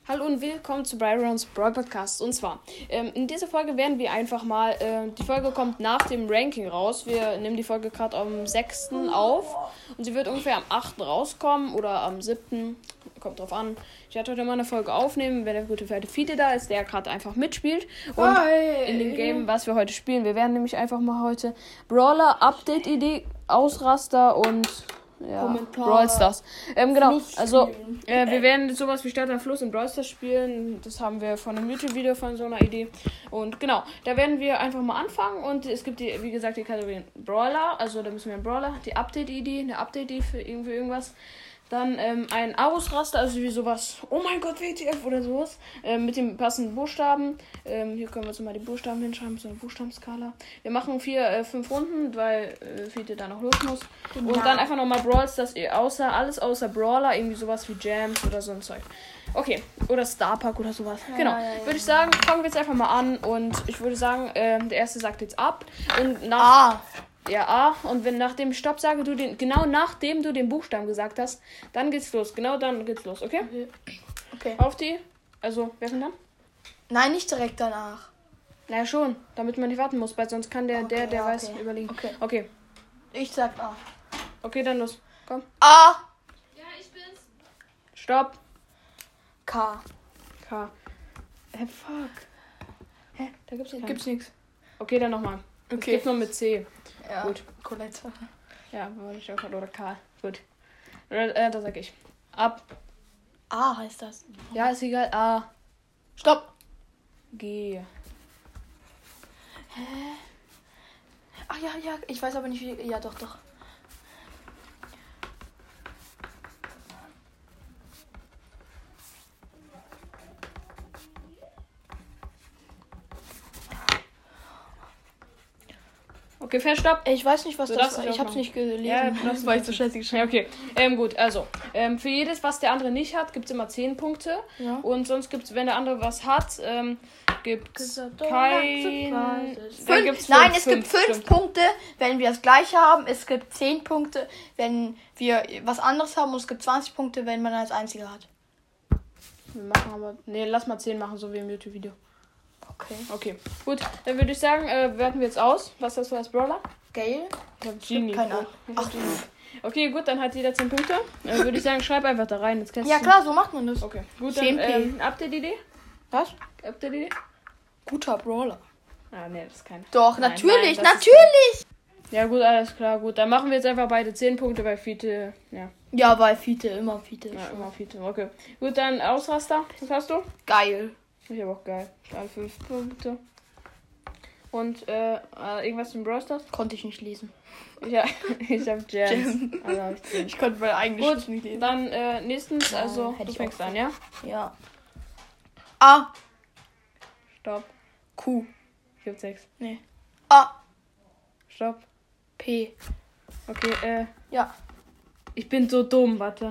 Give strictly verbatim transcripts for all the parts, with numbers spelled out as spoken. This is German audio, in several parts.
Hallo und willkommen zu Bryrons Brawl Podcast. Und zwar, ähm, in dieser Folge werden wir einfach mal, äh, die Folge kommt nach dem Ranking raus. Wir nehmen die Folge gerade am sechsten auf und sie wird ungefähr am achten rauskommen oder am siebten Kommt drauf an. Ich werde heute mal eine Folge aufnehmen, wenn der gute Pferde Fiete da ist, der gerade einfach mitspielt. Und Hi. in dem Game, was wir heute spielen, wir werden nämlich einfach mal heute Brawler, Update-Idee, Ausraster und... Ja, Brawl Stars. Ähm, genau, also äh, wir werden sowas wie Stadt am Fluss in Brawl Stars spielen. Das haben wir von einem YouTube-Video von so einer Idee. Und genau, da werden wir einfach mal anfangen. Und es gibt, die, wie gesagt, die Kategorien Brawler. Also da müssen wir einen Brawler, die Update-Idee, eine Update-Idee für irgendwie irgendwas. Dann ähm, ein Ausraster, also wie sowas, oh mein Gott, W T F oder sowas, ähm, mit den passenden Buchstaben. Ähm, hier können wir uns mal die Buchstaben hinschreiben, so eine Buchstabenskala. Wir machen vier, äh, fünf Runden, weil äh, Fiete da noch los muss. Genau. Und dann einfach nochmal Brawls, das außer, alles außer Brawler, irgendwie sowas wie Jams oder so ein Zeug. Okay, oder Starpark oder sowas. Ja, genau, ja, ja, würde ich sagen, fangen wir jetzt einfach mal an. Und ich würde sagen, äh, der Erste sagt jetzt ab. Und nach... Ah. Ja, A. Und wenn nach dem Stopp sage du den, genau nachdem du den Buchstaben gesagt hast, dann geht's los. Genau dann geht's los, okay? Okay. okay. Auf die. Also, wer fängt dann? Nein, nicht direkt danach. Naja, schon. Damit man nicht warten muss, weil sonst kann der, okay, der, der ja, weiß, okay. überlegen. Okay. Okay. Ich sag A. Okay, dann los. Komm. A. Ja, ich bin's. Stopp. K. K. Hä, fuck. Hä? Da gibt's keinen. Gibt's nichts. Okay, dann nochmal. Okay. Es gibt noch mit C. Ja. Gut. Colette. Ja, wollte ich auch oder Karl. Gut. Äh, da sag ich. Ab. A heißt das. Ja, ist egal. A. Stopp. G. Hä? Ach ja, ja. Ich weiß aber nicht wie. Ja, doch, doch. Okay, fair, stopp. Ich weiß nicht, was du das ist. Ich hab's machen. nicht gelesen. Ja, das war ich so scheiße geschrieben. Ja, okay. Ähm, gut, also, ähm, für jedes, was der andere nicht hat, gibt's immer zehn Punkte. Ja. Und sonst gibt's, wenn der andere was hat, ähm, gibt's kein... Fünf. Gibt's Nein, fünf, es gibt fünf stimmt. Punkte, wenn wir das gleiche haben. Es gibt zehn Punkte, wenn wir was anderes haben. Und es gibt zwanzig Punkte, wenn man als Einziger hat. Wir machen aber... Nee, lass mal zehn machen, so wie im YouTube-Video. Okay. Okay, gut. Dann würde ich sagen, äh, werten wir jetzt aus. Was hast du als Brawler? Gale? Ich hab Genie. Keine Ahnung. Ach, okay, gut, dann hat jeder zehn Punkte. Dann würde ich sagen, schreib einfach da rein. Jetzt ja, klar, so macht man das. Okay, gut, dann ähm, Update-Idee? Was? Update-Idee? Guter Brawler. Ah, nee, das ist kein... Doch, nein, natürlich, nein, natürlich! Ja, gut, alles klar, gut. Dann machen wir jetzt einfach beide zehn Punkte, weil Fiete, ja. Ja, bei Fiete, immer Fiete. Ja, immer Fiete, okay. Gut, dann Ausraster. Was hast du? Geil. Ich hab auch geil. Alle fünf Punkte. Und, äh, irgendwas zum Brawl Stars? Konnte ich nicht lesen. Ja, ich hab Jams. Also hab ich, zehn. Ich konnte meine eigene Gut, Schrift nicht lesen. Dann, äh, nächstens, ja, also, du ich fängst auch. an, ja? Ja. A. Stopp. Q. Ich hab sechs. Nee. A. Stopp. P. Okay, äh. Ja. Ich bin so dumm, warte.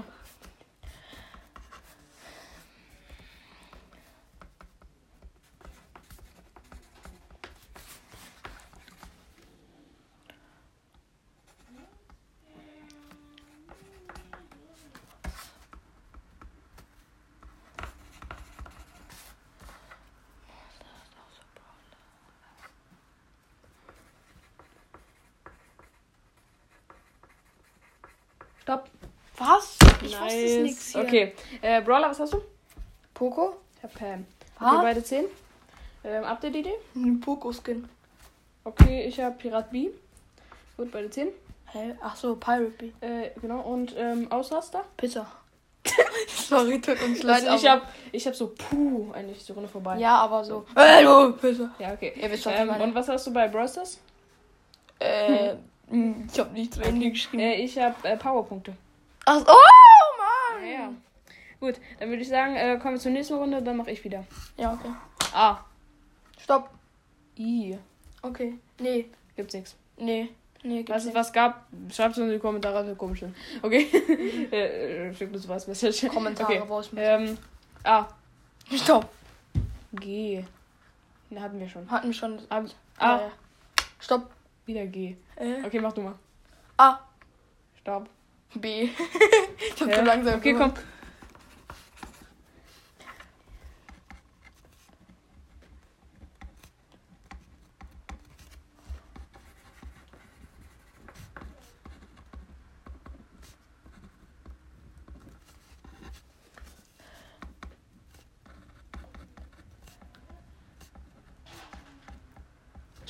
Stopp. Was? Ich nice. wusste es nix hier. Okay. Äh, Brawler, was hast du? Poco? Ich hab Pam. Was? Okay, beide zehn. Ähm, Update-Idee? Ein Poco-Skin. Okay, ich hab Pirat B. Gut, beide zehn. Hä? Ach so, Pirate B. Äh, genau. Und, ähm, Ausraster? Pizza. Sorry, tut uns leid. Also ich hab, ich hab so, puh, eigentlich die Runde vorbei. Ja, aber so. Hallo, Pizza. Ja, okay. Ihr wisst, was ähm, ich meine. Und was hast du bei Brawl Stars? Äh, hm. Ich hab nichts zu Ende geschrieben. Äh, ich hab äh, Powerpunkte. Ach, oh, Mann. Ja, ja. Gut, dann würde ich sagen, äh, kommen wir zur nächsten Runde, dann mache ich wieder. Ja, okay. A. Stopp. I. Okay. Nee. Gibt's nichts. Nee. Nee, gibt's Was es nicht. was gab, schreibt es in die Kommentare, so komisch sind. Okay? äh, schickt uns was. was Kommentare okay. raus mit. Ähm, A. Stopp. G. Den hatten wir schon. Hatten wir schon. A. Ja, A. ja. Stopp. Wieder G. Äh. Okay, mach du mal. A. Stopp. B. Ich hab Ja. so langsam Okay, gemacht. komm.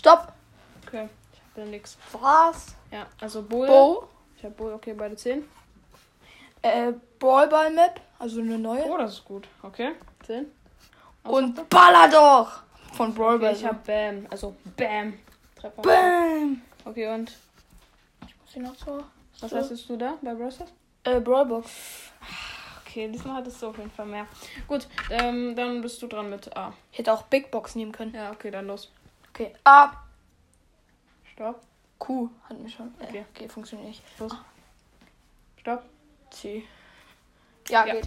Stopp. Okay, ich hab ja nix. Was? Ja, also Bull. Bo. Ich hab Bull, okay, beide zehn. Äh, Ballball-Map. Also eine neue. Oh, das ist gut. Okay, zehn. Und Baller doch. Von Ballball. Okay, ich hab Bam. Also Bam. Treffer. Bam. Okay, und Ich muss hier noch so. was so. hast du da bei Browser? Äh, Brawlbox. Okay, diesmal hattest du auf jeden Fall mehr. Gut, ähm, dann bist du dran mit A. Ich hätte auch Big Box nehmen können. Ja, okay, dann los. Okay. A. Stopp. Q. Hatten wir schon. Äh, Okay. okay, funktioniert nicht. Los. Stopp. C. Ja, Ja. geht.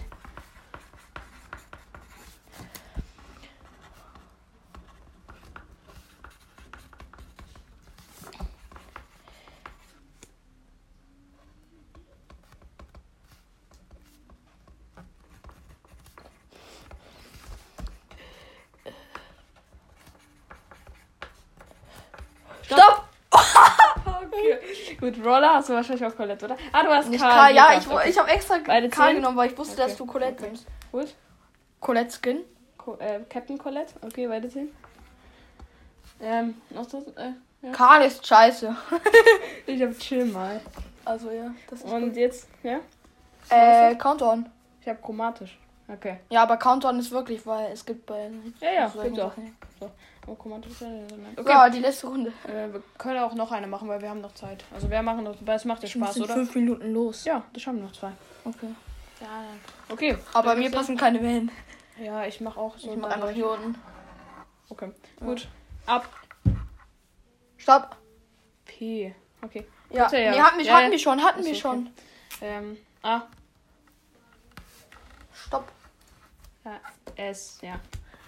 Stopp! Okay. Gut, Roller hast du wahrscheinlich auch Colette, oder? Ah, du hast Nicht Karl. Karl. Ja, Lukas. ich, wo- Okay. ich habe extra Beide Karl zehn? genommen, weil ich wusste, Okay. dass du Colette Okay. nimmst. Gut. Colette Skin. Co äh, Captain Colette. Okay, beide zehn. Ähm, noch das? Äh, ja. Karl ist scheiße. Ich hab Chill mal. Also ja, das ist Und gut. jetzt, ja? Äh, Countdown. Ich hab chromatisch. Okay. Ja, aber Countdown ist wirklich, weil es gibt bei... Ja, ja, solchen gibt's auch. Sachen- Oh, chromatisch ist ja okay. Ja, die letzte Runde. Äh, wir können auch noch eine machen, weil wir haben noch Zeit. Also wir machen noch, weil es macht ja Ich muss Spaß, in oder? fünf Minuten los. Ja, das schaffen wir noch zwei. Okay. Ja, okay. Aber Dann mir ist das- passen keine Wellen. Ja, ich mach auch so. Ich mach drei einfach durch. hier unten. Okay, gut. Ab. Stopp. P. Okay. Ja, Bitte, ja. nee, hatten wir, Ja, hatten ja. wir schon, hatten Ist wir okay. schon. Ähm, A. Stopp. Ja, S, ja.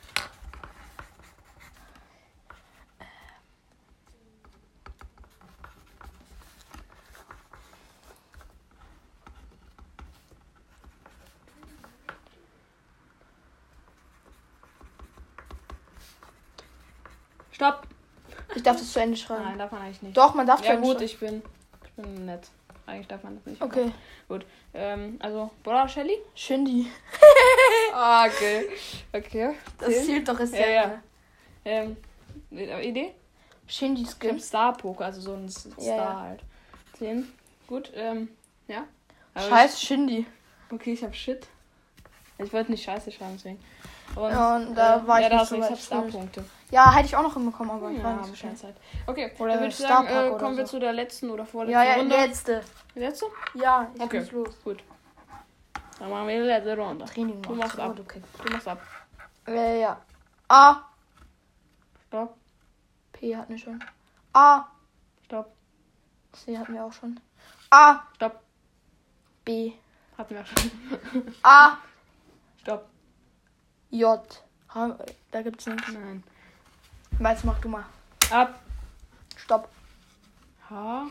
Stopp. Ich darf das zu Ende schreiben. Nein, darf man eigentlich nicht. Doch, man darf zu Ja Ende gut, schreiben. ich bin, ich bin nett. Eigentlich darf man das nicht. Okay. Gut. Ähm, also, Bora Shelly? Shindy. Ah, okay. Okay. Das Zehn. zählt doch ist Ja, ja. Ähm, Idee? Shindy Ich hab Skin. Star Poker, also so ein S- Star Ja, ja. halt. zehn. Gut, ähm, ja. Aber Scheiß Shindy. Ich, okay, ich hab Shit. Ich wollte nicht Scheiße schreiben, deswegen. Und, Ja, und da äh, war ja, ich da nicht hast so du, ich weit hab Star schuld. Punkte. Ja, hätte ich auch noch hinbekommen, aber ich Ja, war haben nicht so wir keine schnell. Zeit. Okay, Oder dann würde ich Star sagen, Park äh, oder kommen wir so. zu der letzten oder vorletzten Ja, ja, Runde. letzte. Die letzte? Ja, ich Okay. muss los. Gut. Dann machen wir die letzte Runde. Training Du machen. machst ab. Okay. Du machst ab. Äh, ja. A. Stopp. P hatten wir schon. A. Stopp. C hatten wir auch schon. A. Stopp. B. Hatten wir schon. A. Stopp. J. Ha- Da gibt's nichts. Nein. Jetzt mach du mal. Ab. Stopp. H.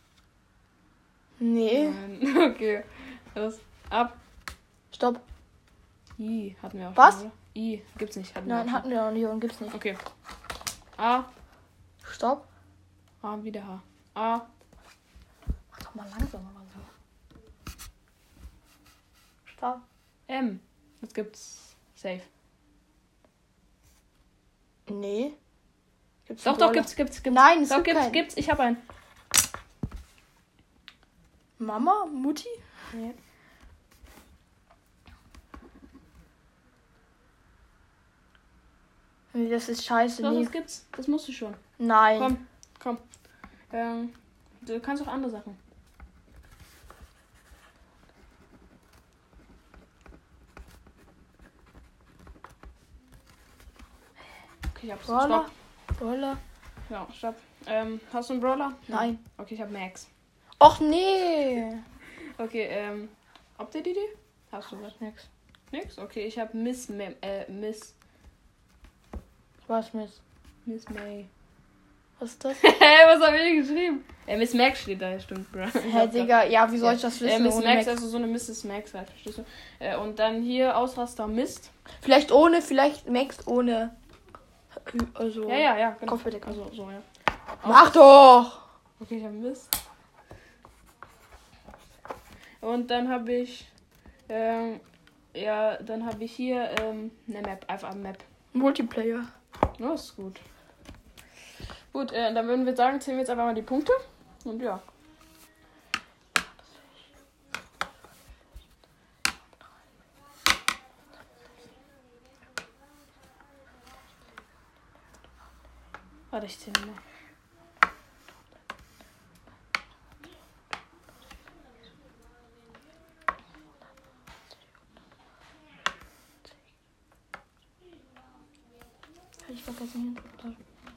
Nee. Nein. Okay. Los. Ab. Stopp. I hatten wir auch Was? schon, oder? I. Gibt's nicht. Hatten wir Nein, auch hatten wir noch nie und gibt's nicht. schon. Okay. A. Stopp. A. Wieder H. A. Mach doch mal langsam oder so. Stopp. M. Das gibt's. Safe. Nee. Gibt's Doch, einen doch, Brawler? gibt's, gibt's, gibt's. Nein, es Doch, gibt gibt's, keinen. gibt's. Ich hab einen. Mama? Mutti? Ja. Nee, das ist scheiße. Doch, Nee. das gibt's. Das musst du schon. Nein. Komm, komm. Ähm, du kannst auch andere Sachen. Okay, ich hab's. Brawler? Stopp. Brawler? Ja, stopp. Ähm, hast du einen Brawler? Nein. Okay, ich hab Max. Och nee. Okay, ähm, habt ihr die Idee? Hast du was? Nix. Nix? Okay, ich hab Miss Mem äh, Miss. Was Miss? Miss May. Was ist das? Hä, was hab ich geschrieben? Äh, Miss Max steht da, stimmt, bro. Hä, Digga, ja, wie soll ich das Äh, wissen? Miss ohne Max, Max? also so eine Misses Max halt, verstehst du? Äh, und dann hier Ausraster Mist. Vielleicht ohne, vielleicht Max ohne. Also. Ja, ja, ja. Genau. Kopfbedeckung. Also, so, ja. Mach doch! Okay, ich hab Mist. Und dann habe ich, ähm, ja, dann habe ich hier, ähm, eine Map, einfach eine Map. Multiplayer. Ja, ist gut. Gut, äh, dann würden wir sagen, zählen wir jetzt einfach mal die Punkte. Und ja. Warte, ich zähle mal. Hab ich vergessen hier.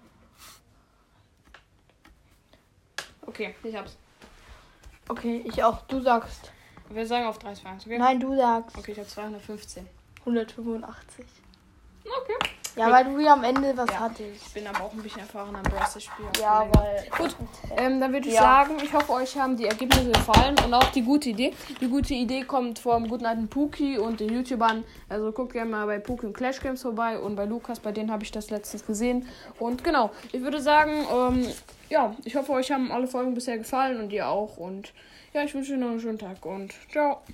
Okay, ich hab's. Okay, ich auch. Du sagst. Wir sagen auf drei, zwei, eins, okay? Nein, du sagst. Okay, ich hab zweihundertfünfzehn. hundertfünfundachtzig. Okay. Ja, weil du ja am Ende was Ja. hattest. Ich bin aber auch ein bisschen erfahrener im Brawl-Spiel. Ja, weil. Gut, ähm, dann würde ich Ja. sagen, ich hoffe, euch haben die Ergebnisse gefallen und auch die gute Idee. Die gute Idee kommt vom guten alten Puki und den YouTubern. Also guckt gerne mal bei Puki und Clash Games vorbei und bei Lukas, bei denen habe ich das letztens gesehen. Und genau, ich würde sagen, ähm, ja, ich hoffe, euch haben alle Folgen bisher gefallen und ihr auch. Und ja, ich wünsche euch noch einen schönen Tag und ciao.